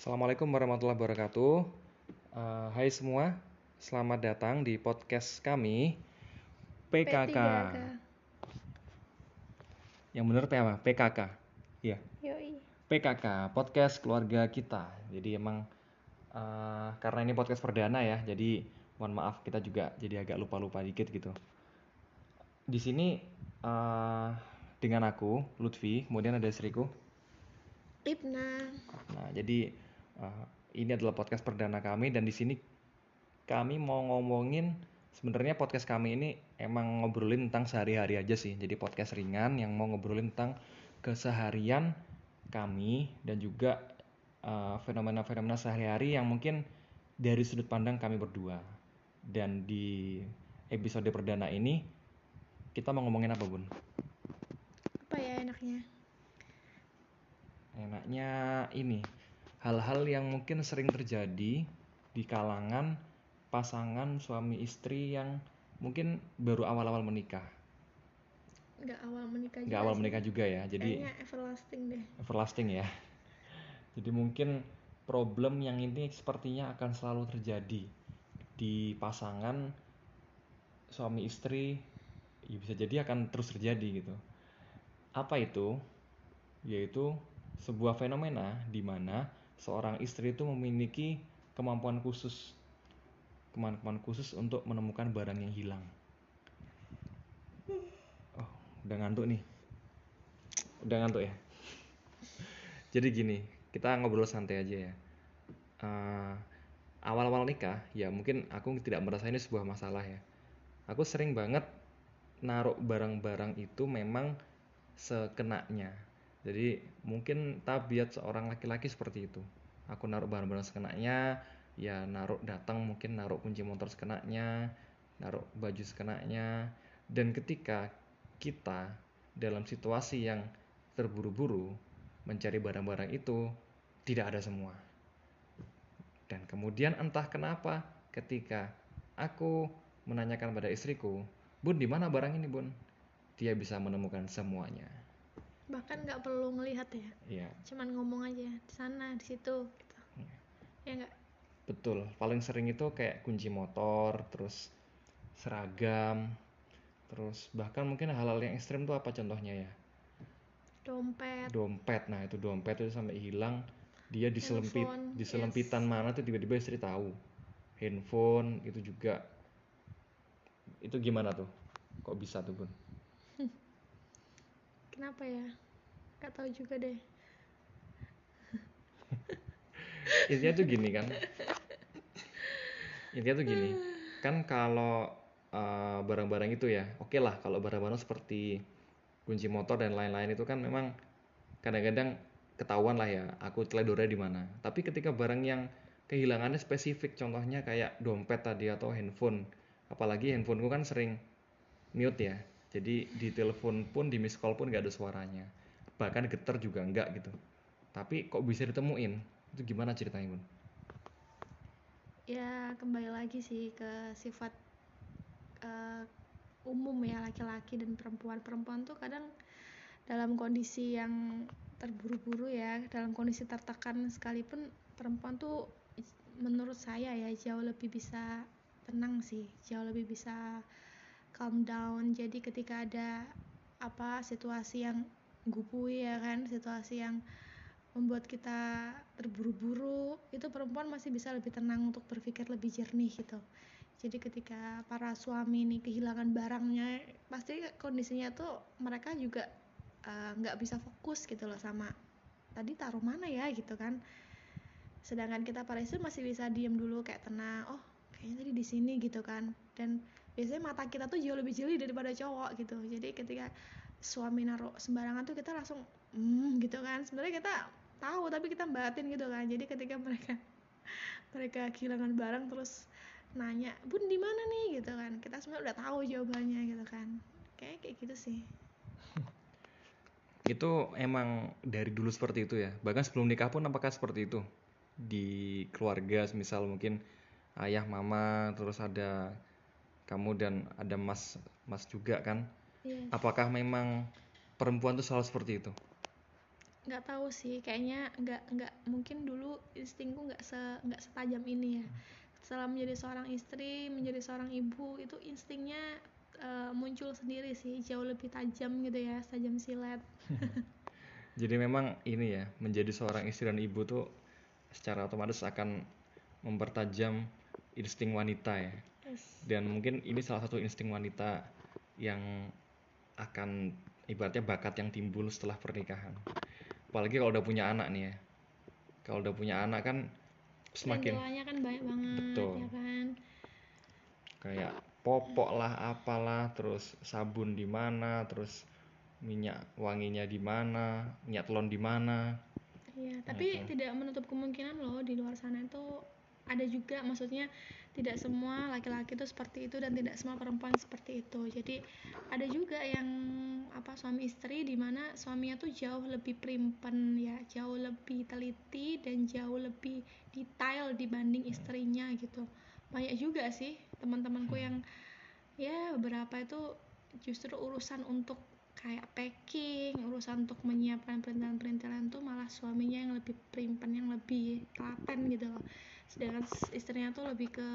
Assalamualaikum warahmatullahi wabarakatuh. Hai semua, selamat datang di podcast kami PKK. P3K. Yang benar P apa? PKK. Iya, Yoi. PKK, podcast keluarga kita. Jadi emang karena ini podcast perdana ya, jadi mohon maaf kita juga jadi agak lupa-lupa dikit gitu. Di sini dengan aku Lutfi, kemudian ada istriku. Ibna. Nah, jadi ini adalah podcast perdana kami dan di sini kami mau ngomongin sebenarnya podcast kami ini emang ngobrolin tentang sehari-hari aja sih. Jadi podcast ringan yang mau ngobrolin tentang keseharian kami dan juga fenomena-fenomena sehari-hari yang mungkin dari sudut pandang kami berdua. Dan di episode perdana ini kita mau ngomongin apa, Bun? Apa ya enaknya? Enaknya ini, hal-hal yang mungkin sering terjadi di kalangan pasangan suami istri yang mungkin baru awal-awal menikah. Nggak awal menikah Nggak juga awal sih. menikah juga ya, jadi Kayaknya everlasting deh. everlasting ya. Jadi mungkin problem yang ini sepertinya akan selalu terjadi di pasangan suami istri, ya bisa jadi akan terus terjadi gitu. Apa itu? Yaitu sebuah fenomena di mana seorang istri itu memiliki kemampuan khusus untuk menemukan barang yang hilang. Oh, udah ngantuk nih. Udah ngantuk ya. Jadi gini, kita ngobrol santai aja ya. Uh, Awal-awal nikah, ya mungkin aku tidak merasa ini sebuah masalah ya. Aku sering banget naruh barang-barang itu memang sekenanya. Jadi mungkin tabiat seorang laki-laki seperti itu. Aku naruh barang-barang sekenanya, ya naruh datang mungkin naruh kunci motor sekenanya, naruh baju sekenanya. Dan ketika kita dalam situasi yang terburu-buru mencari barang-barang itu, tidak ada semua. Dan kemudian entah kenapa ketika aku menanyakan pada istriku, "Bun, di mana barang ini, Bun?" Dia bisa menemukan semuanya. Bahkan nggak perlu ngelihat ya. Iya. Cuman ngomong aja di sana, di situ gitu. Ya nggak? Betul, paling sering itu kayak kunci motor, terus seragam, terus bahkan mungkin hal-hal yang ekstrim tuh apa contohnya ya? Dompet, Dompet. Nah, itu dompet itu sampai hilang, dia handphone, di yes. selempitan mana tuh tiba-tiba istri tahu. Handphone itu juga. Itu gimana tuh? Kok bisa tuh, Bun? Kenapa ya? Nggak tahu juga deh. Intinya tuh gini kan. Intinya tuh gini. Kan kalau barang-barang itu ya, oke lah kalau barang-barang seperti kunci motor dan lain-lain itu kan memang kadang-kadang ketahuan lah ya aku teledornya di mana. Tapi ketika barang yang kehilangannya spesifik, contohnya kayak dompet tadi atau handphone, apalagi handphoneku kan sering mute ya, jadi di telepon pun di miss call pun gak ada suaranya, bahkan getar juga enggak gitu, tapi kok bisa ditemuin, itu gimana ceritanya, Bun? Ya kembali lagi sih ke sifat uh, umum ya, laki-laki dan perempuan tuh kadang dalam kondisi yang terburu-buru ya, dalam kondisi tertekan sekalipun, perempuan tuh menurut saya ya jauh lebih bisa tenang sih, jauh lebih bisa calm down. Jadi ketika ada situasi yang gupui ya kan, situasi yang membuat kita terburu-buru, itu perempuan masih bisa lebih tenang untuk berpikir lebih jernih gitu. Jadi ketika para suami ini kehilangan barangnya, pasti kondisinya tuh mereka juga nggak bisa fokus gitu loh, sama tadi taruh mana ya gitu kan. Sedangkan kita para istri masih bisa diem dulu kayak tenang, oh kayaknya tadi di sini gitu kan. Dan biasanya mata kita tuh jauh lebih jeli daripada cowok gitu. Jadi ketika suami naruh sembarangan tuh kita langsung gitu kan. Sebenarnya kita tahu tapi kita batin gitu kan. Jadi ketika mereka kehilangan barang terus nanya, "Bun di mana nih?" gitu kan. Kita sebenarnya udah tahu jawabannya gitu kan. Kayak gitu sih. Itu emang dari dulu seperti itu ya, bahkan sebelum nikah pun apakah seperti itu di keluarga, misal mungkin ayah mama terus ada kamu dan ada mas mas juga kan, Yes. apakah memang perempuan tuh selalu seperti itu? nggak tahu sih, kayaknya nggak mungkin dulu instingku nggak setajam ini ya. Setelah menjadi seorang istri, menjadi seorang ibu, itu instingnya muncul sendiri sih, jauh lebih tajam gitu ya, tajam silet. Jadi memang ini ya, menjadi seorang istri dan ibu tuh secara otomatis akan mempertajam insting wanita ya. Yes. Dan mungkin ini salah satu insting wanita yang akan ibaratnya bakat yang timbul setelah pernikahan. Apalagi kalau udah punya anak nih ya. Kalau udah punya anak kan semakin Perintilannya kan banyak banget betul. ya kan. Kayak popok lah, apalah, terus sabun di mana, terus minyak wanginya di mana, minyak telon di mana. Iya, Nah, tapi itu. tidak menutup kemungkinan loh di luar sana itu ada juga, maksudnya tidak semua laki-laki itu seperti itu dan tidak semua perempuan seperti itu. Jadi ada juga yang suami istri di mana suaminya tuh jauh lebih primpen ya, jauh lebih teliti dan jauh lebih detail dibanding istrinya gitu. Banyak juga sih teman-temanku yang ya beberapa itu justru urusan untuk kayak packing, urusan untuk menyiapkan perintilan-perintilan tuh malah suaminya yang lebih primpen, yang lebih telaten gitu loh. Sedangkan istrinya tuh lebih ke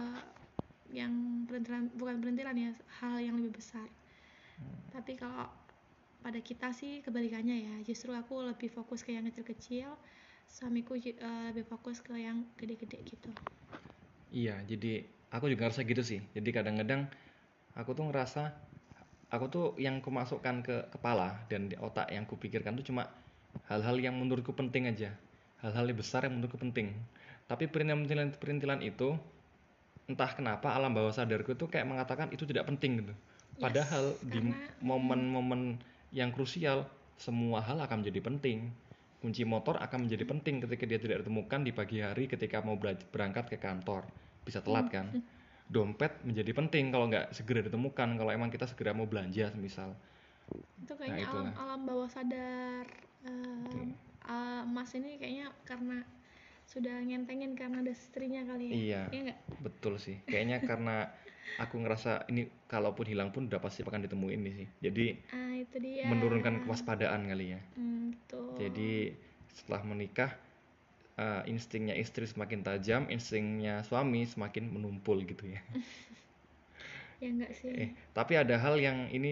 yang perintilan, bukan perintilan ya, hal yang lebih besar. Tapi kalau pada kita sih kebalikannya ya, justru aku lebih fokus ke yang kecil-kecil, suamiku lebih fokus ke yang gede-gede gitu. Iya, jadi aku juga ngerasa gitu sih. Jadi kadang-kadang aku tuh ngerasa aku tuh yang kumasukkan ke kepala dan di otak yang kupikirkan tuh cuma hal-hal yang menurutku penting aja. Hal-hal yang besar yang menurutku penting. Tapi perintilan-perintilan itu entah kenapa alam bawah sadarku tuh kayak mengatakan itu tidak penting gitu. Yes, Padahal di karena momen-momen yang krusial semua hal akan menjadi penting. Kunci motor akan menjadi penting ketika dia tidak ditemukan di pagi hari ketika mau berangkat ke kantor. Bisa telat kan? Dompet menjadi penting kalau nggak segera ditemukan kalau emang kita segera mau belanja misal. itu Nah kayaknya alam itulah. alam bawah sadar Oke. Mas ini kayaknya karena sudah ngentengin karena ada istrinya kali ya, Iya, ya nggak? betul sih. Kayaknya karena aku ngerasa ini kalaupun hilang pun udah pasti akan ditemuin nih sih. Jadi Itu dia. menurunkan kewaspadaan kali ya. Betul. Jadi setelah menikah instingnya istri semakin tajam, instingnya suami semakin menumpul gitu ya. Ya nggak sih. Tapi ada hal yang ini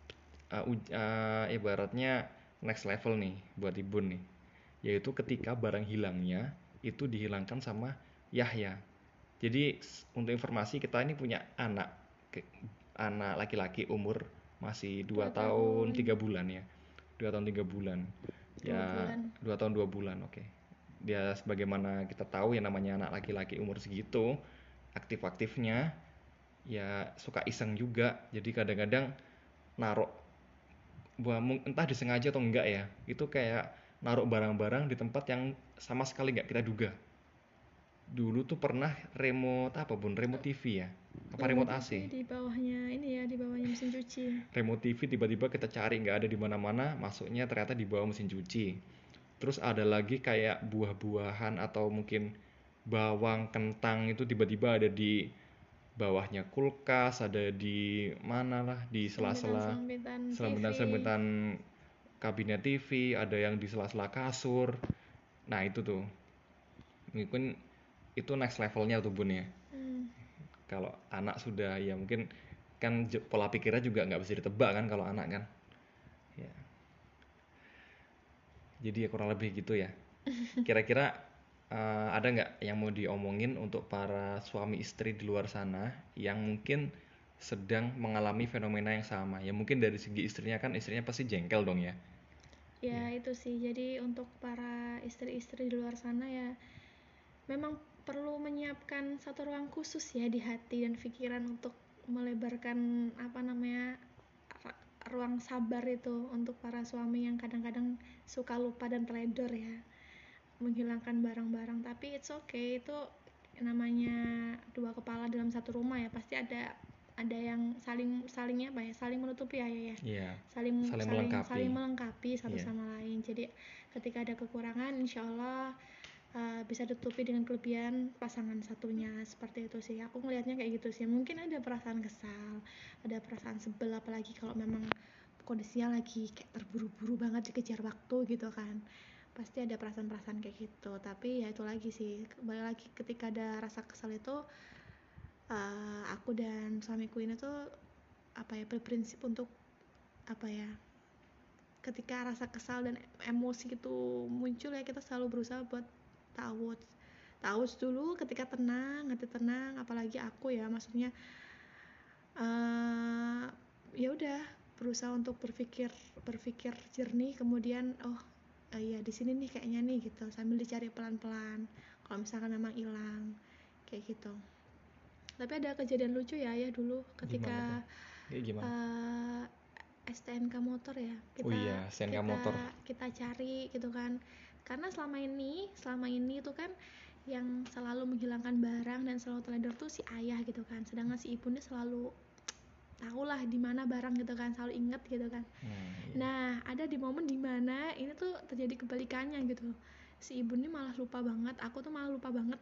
ibaratnya next level nih buat ibu nih, yaitu ketika barang hilangnya itu dihilangkan sama Yahya. Jadi untuk informasi kita ini punya anak laki-laki umur masih 2 Dua tahun tahun 3 bulan ya. 2 tahun 3 bulan. dua Ya, bulan 2 tahun 2 bulan, oke. Dia sebagaimana kita tahu yang namanya anak laki-laki umur segitu, aktif-aktifnya ya suka iseng juga. Jadi kadang-kadang naruh entah disengaja atau enggak ya, itu kayak naruh barang-barang di tempat yang sama sekali nggak kita duga. Dulu tuh pernah remote apa bun, remote TV ya, apa remote remote AC, TV di bawahnya ini ya, di bawahnya mesin cuci. remote TV tiba-tiba kita cari nggak ada di mana-mana, masuknya ternyata di bawah mesin cuci. Terus ada lagi kayak buah-buahan atau mungkin bawang, kentang itu tiba-tiba ada di bawahnya kulkas, ada di mana lah, di sela-sela Selempitan-selempitan TV. selembitan-selembitan kabinet TV, ada yang di sela-sela kasur. Nah itu tuh mungkin itu next levelnya tuh bun ya. Hmm, Kalau anak sudah ya mungkin kan pola pikirnya juga nggak bisa ditebak kan kalau anak kan ya. Jadi ya kurang lebih gitu ya. Kira-kira ada nggak yang mau diomongin untuk para suami istri di luar sana yang mungkin sedang mengalami fenomena yang sama? Ya mungkin dari segi istrinya kan istrinya pasti jengkel dong ya. ya Ya. itu sih, jadi untuk para istri-istri di luar sana ya memang perlu menyiapkan satu ruang khusus ya di hati dan pikiran untuk melebarkan ruang sabar itu untuk para suami yang kadang-kadang suka lupa dan teledor ya menghilangkan barang-barang. Tapi it's okay, itu namanya dua kepala dalam satu rumah ya, pasti ada yang salingnya apa ya, saling menutupi ya, Iya, saling saling saling melengkapi. saling melengkapi satu Iya. sama lain. Jadi ketika ada kekurangan insya Allah bisa ditutupi dengan kelebihan pasangan satunya, seperti itu sih aku ngelihatnya, kayak gitu sih. Mungkin ada perasaan kesal, ada perasaan sebel, apalagi kalau memang kondisinya lagi kayak terburu-buru banget dikejar waktu gitu kan, pasti ada perasaan-perasaan kayak gitu. Tapi ya itu lagi sih, balik lagi ketika ada rasa kesal itu, aku dan suamiku ini tuh apa ya, berprinsip untuk apa ya, ketika rasa kesal dan emosi itu muncul ya kita selalu berusaha buat tahu dulu ketika tenang, hati tenang. Apalagi aku ya, maksudnya ya udah berusaha untuk berpikir jernih, kemudian iya di sini nih kayaknya nih gitu, sambil dicari pelan-pelan kalau misalkan memang hilang kayak gitu. Tapi ada kejadian lucu ya dulu ketika Gimana tuh? Kayak gimana? STNK motor ya, Oh iya, STNK motor. kita cari gitu kan, karena selama ini itu kan yang selalu menghilangkan barang dan selalu teledor tuh si ayah gitu kan, sedangkan si ibu ini selalu tahu lah di mana barang gitu kan, selalu inget gitu kan. Iya. Nah, ada di momen dimana ini tuh terjadi kebalikannya gitu, si ibu ini malah lupa banget, aku tuh malah lupa banget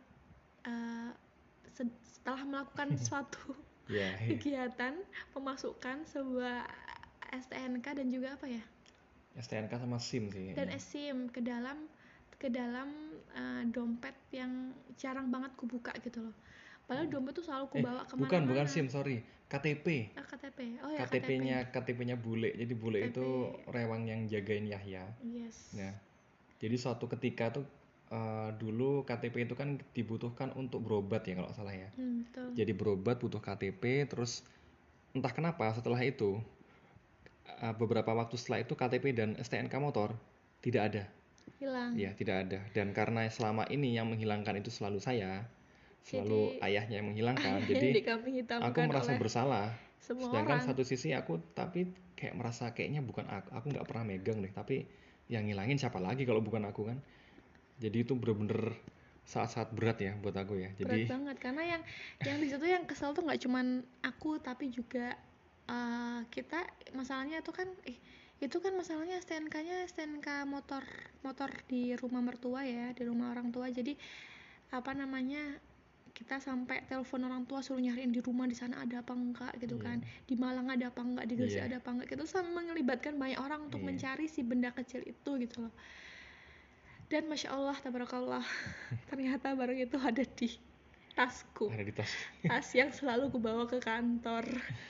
setelah melakukan suatu kegiatan pemasukan sebuah STNK dan juga apa ya, STNK sama SIM sih dan kayaknya. SIM ke dalam dompet yang jarang banget kubuka gitu loh. Padahal dompet tuh selalu kubawa kemana-mana. Bukan SIM, sorry. KTP. KTP. Oh ya, KTP-nya bule. Jadi bule KTP. itu rewang yang jagain Yahya. Yes. Nah, jadi suatu ketika tuh dulu KTP itu kan dibutuhkan untuk berobat ya kalau salah ya. Betul. Jadi berobat butuh KTP, terus entah kenapa setelah itu beberapa waktu setelah itu KTP dan STNK motor tidak ada. Hilang. Ya, tidak ada. Dan karena selama ini yang menghilangkan itu selalu saya, selalu ayahnya yang menghilangkan, jadi aku merasa bersalah. Sedangkan satu sisi aku tapi kayak merasa kayaknya bukan aku nggak pernah megang deh, tapi yang ngilangin siapa lagi kalau bukan aku kan. Jadi itu bener-bener saat-saat berat ya buat aku ya. Jadi berat banget karena yang di situ yang kesel tuh nggak cuman aku tapi juga kita. Masalahnya itu kan masalahnya STNK-nya STNK motor di rumah mertua ya, di rumah orang tua. Jadi apa namanya, kita sampai telepon orang tua suruh nyariin di rumah di sana ada apa enggak gitu kan, di Malang ada apa enggak, di Gresik ada apa enggak, kita sama melibatkan banyak orang untuk mencari si benda kecil itu gitu loh. Dan masya Allah tabarakallah ternyata barang itu ada di tasku, tas yang selalu kubawa ke kantor.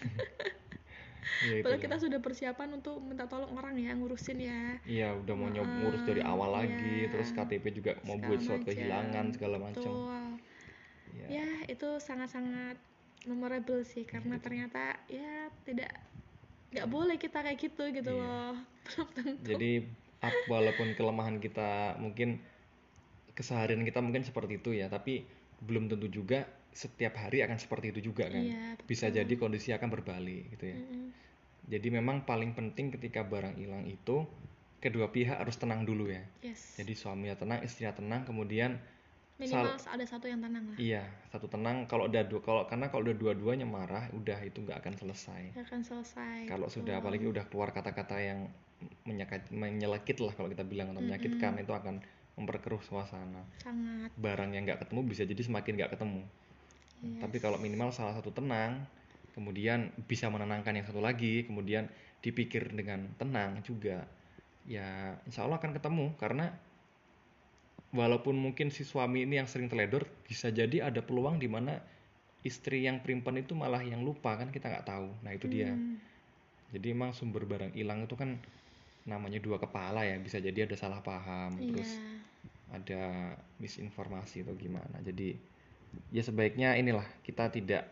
Padahal kita sudah persiapan untuk minta tolong orang ya ngurusin ya. Iya, udah mau ngurus dari awal lagi, terus KTP juga mau buat surat kehilangan segala macam. Ya itu sangat-sangat memorable sih, karena ternyata ya nggak boleh kita kayak gitu loh. Belum tentu. Jadi walaupun kelemahan kita mungkin keseharian kita mungkin seperti itu ya, tapi belum tentu juga setiap hari akan seperti itu juga kan. Bisa jadi kondisi akan berbalik gitu ya. Jadi memang paling penting ketika barang hilang itu kedua pihak harus tenang dulu ya. Jadi suaminya tenang, istrinya tenang, kemudian minimal ada satu yang tenang lah. Iya, satu tenang. Karena kalau udah dua-duanya marah, udah itu nggak akan selesai. Kalau sudah apalagi udah keluar kata-kata yang menyelekit lah kalau kita bilang, atau menyakitkan, itu akan memperkeruh suasana. Sangat. Barang yang nggak ketemu bisa jadi semakin nggak ketemu. Tapi kalau minimal salah satu tenang, kemudian bisa menenangkan yang satu lagi, kemudian dipikir dengan tenang juga, ya insya Allah akan ketemu. Karena walaupun mungkin si suami ini yang sering teledor, bisa jadi ada peluang di mana istri yang primpen itu malah yang lupa kan, kita nggak tahu. Nah itu dia. Jadi emang sumber barang hilang itu kan namanya dua kepala ya, bisa jadi ada salah paham, terus ada misinformasi atau gimana. Jadi ya sebaiknya inilah kita tidak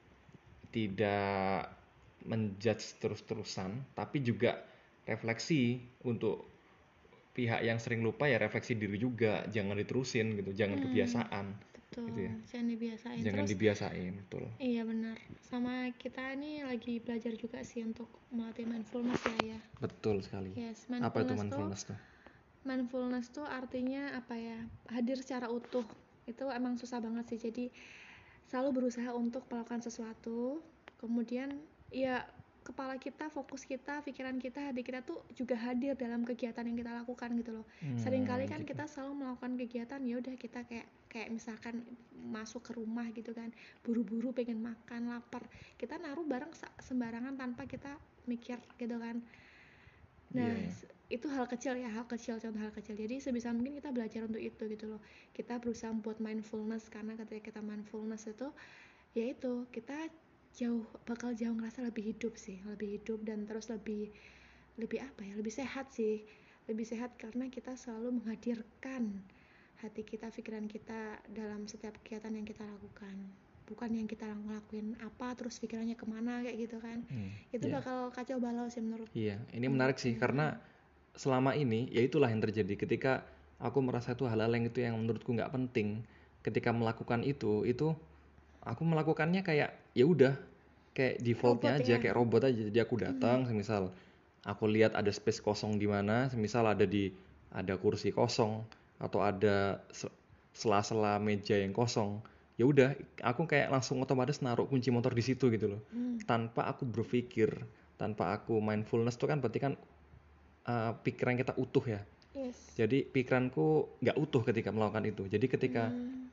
menjudge terus-terusan, tapi juga refleksi. Untuk pihak yang sering lupa ya refleksi diri juga, jangan diterusin gitu, jangan kebiasaan. Betul, gitu ya. jangan dibiasain. Betul. Iya benar. Sama kita nih lagi belajar juga sih untuk melatih mindfulness ya. Betul sekali. Yes, apa itu mindfulness tuh? Mindfulness tuh artinya apa ya? Hadir secara utuh. Itu emang susah banget sih. Jadi selalu berusaha untuk melakukan sesuatu, kemudian ya kepala kita, fokus kita, pikiran kita, hati kita tuh juga hadir dalam kegiatan yang kita lakukan gitu loh. Seringkali kan kita selalu melakukan kegiatan, ya udah kita kayak misalkan masuk ke rumah gitu kan, buru-buru pengen makan, lapar, kita naruh barang sembarangan tanpa kita mikir gitu kan. Nah itu hal kecil ya, contoh hal kecil. Jadi sebisa mungkin kita belajar untuk itu gitu loh. Kita berusaha buat mindfulness, karena ketika kita mindfulness itu ya itu kita bakal jauh ngerasa lebih hidup dan terus lebih apa ya, lebih sehat sih, lebih sehat karena kita selalu menghadirkan hati kita, pikiran kita dalam setiap kegiatan yang kita lakukan, bukan yang kita ngelakuin apa terus pikirannya kemana kayak gitu kan. Itu bakal kacau balau sih menurut. Ini menarik sih, karena selama ini ya itulah yang terjadi ketika aku merasa itu hal-hal yang itu yang menurutku nggak penting. Ketika melakukan itu aku melakukannya kayak ya udah kayak defaultnya Robot aja, ya. kayak robot aja. Jadi aku datang, semisal aku lihat ada space kosong di mana, semisal ada kursi kosong atau ada sela-sela meja yang kosong, ya udah aku kayak langsung otomatis naruh kunci motor di situ gitu loh. Tanpa aku berpikir, tanpa aku mindfulness tuh kan berarti kan pikiran kita utuh ya. Yes. Jadi pikiranku nggak utuh ketika melakukan itu. Jadi ketika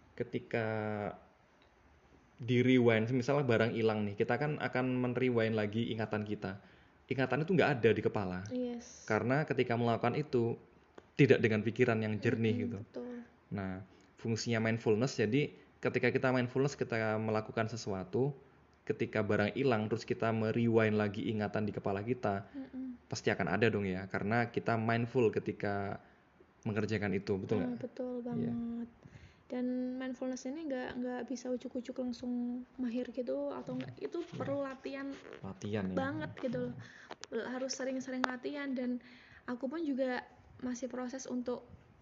di rewind, misalnya barang hilang nih, kita kan akan men-rewind lagi ingatan kita. Ingatan itu nggak ada di kepala. Yes. Karena ketika melakukan itu tidak dengan pikiran yang jernih gitu. Betul. Nah, fungsinya mindfulness, jadi ketika kita mindfulness, kita melakukan sesuatu, ketika barang hilang terus kita merewind lagi ingatan di kepala kita, pasti akan ada dong ya, karena kita mindful ketika mengerjakan itu, betul nggak? Betul banget. Dan mindfulness ini nggak bisa ujuk-ujuk langsung mahir gitu atau enggak, itu perlu latihan banget gitu loh. Harus sering-sering latihan, dan aku pun juga masih proses untuk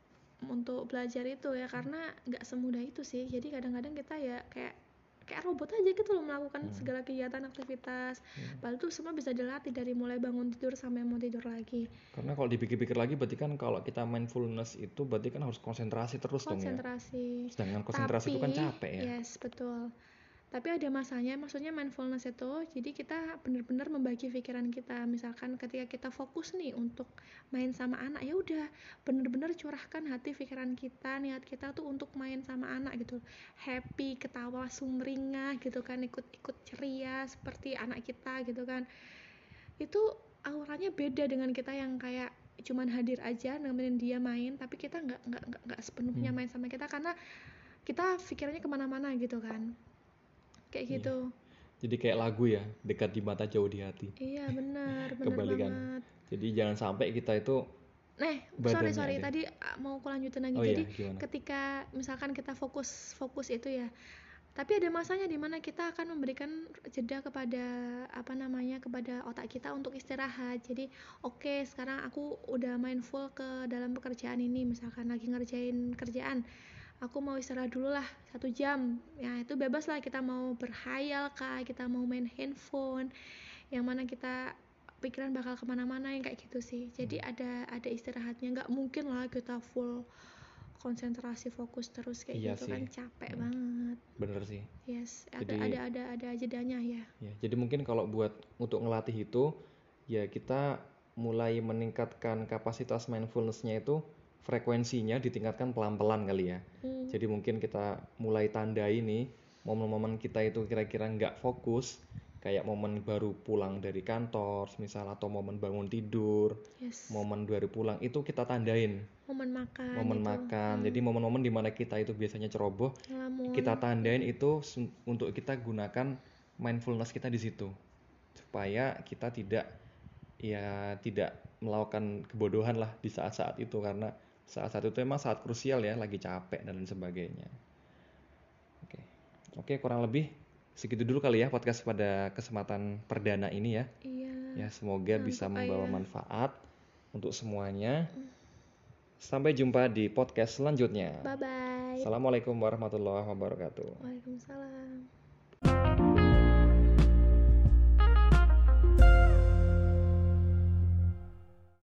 belajar itu ya, karena nggak semudah itu sih. Jadi kadang-kadang kita ya kayak robot aja gitu loh melakukan segala kegiatan aktivitas. Padahal itu semua bisa dilatih dari mulai bangun tidur sampai mau tidur lagi. Karena kalau dipikir-pikir lagi berarti kan kalau kita mindfulness itu berarti kan harus konsentrasi terus dong ya. Sedangkan konsentrasi itu kan capek ya. Yes, betul. Tapi ada masanya, maksudnya mindfulness itu jadi kita benar-benar membagi pikiran kita. Misalkan ketika kita fokus nih untuk main sama anak, ya udah benar-benar curahkan hati pikiran kita, niat kita tuh untuk main sama anak gitu. Happy, ketawa sumringah gitu kan, ikut ceria seperti anak kita gitu kan. Itu auranya beda dengan kita yang kayak cuman hadir aja nemenin dia main, tapi kita nggak sepenuhnya main sama kita karena kita pikirannya kemana-mana gitu kan. Kayak gitu. Jadi kayak lagu ya, dekat di mata jauh di hati. Iya benar Kebalikan. Banget. Jadi jangan sampai kita itu sorry tadi mau aku lanjutin lagi. Jadi ketika misalkan kita fokus itu ya, tapi ada masanya dimana kita akan memberikan jeda kepada kepada otak kita untuk istirahat. Jadi oke, sekarang aku udah mindful ke dalam pekerjaan ini, misalkan lagi ngerjain kerjaan, aku mau istirahat dulu lah 1 jam. Ya itu bebas lah, kita mau berhayal kah, kita mau main handphone, yang mana kita pikiran bakal kemana-mana yang kayak gitu sih. Jadi ada istirahatnya, nggak mungkin lah kita full konsentrasi fokus terus kayak gitu sih. Kan capek banget. Bener sih. Yes, ada jedanya ya. Jadi mungkin kalau untuk ngelatih itu ya kita mulai meningkatkan kapasitas mindfulness-nya itu, frekuensinya ditingkatkan pelan-pelan kali ya. Jadi mungkin kita mulai tandai nih momen-momen kita itu kira-kira nggak fokus, kayak momen baru pulang dari kantor misal, atau momen bangun tidur, momen baru pulang, itu kita tandain. Momen makan. Jadi momen-momen dimana kita itu biasanya ceroboh, kita tandain itu untuk kita gunakan mindfulness kita di situ, supaya kita tidak melakukan kebodohan lah di saat-saat itu, karena saat-saat itu emang saat krusial ya, lagi capek dan lain sebagainya. Oke, kurang lebih segitu dulu kali ya podcast pada kesempatan perdana ini ya. Ya, semoga bisa membawa manfaat untuk semuanya. Sampai jumpa di podcast selanjutnya. Bye bye. Assalamualaikum warahmatullahi wabarakatuh. Waalaikumsalam.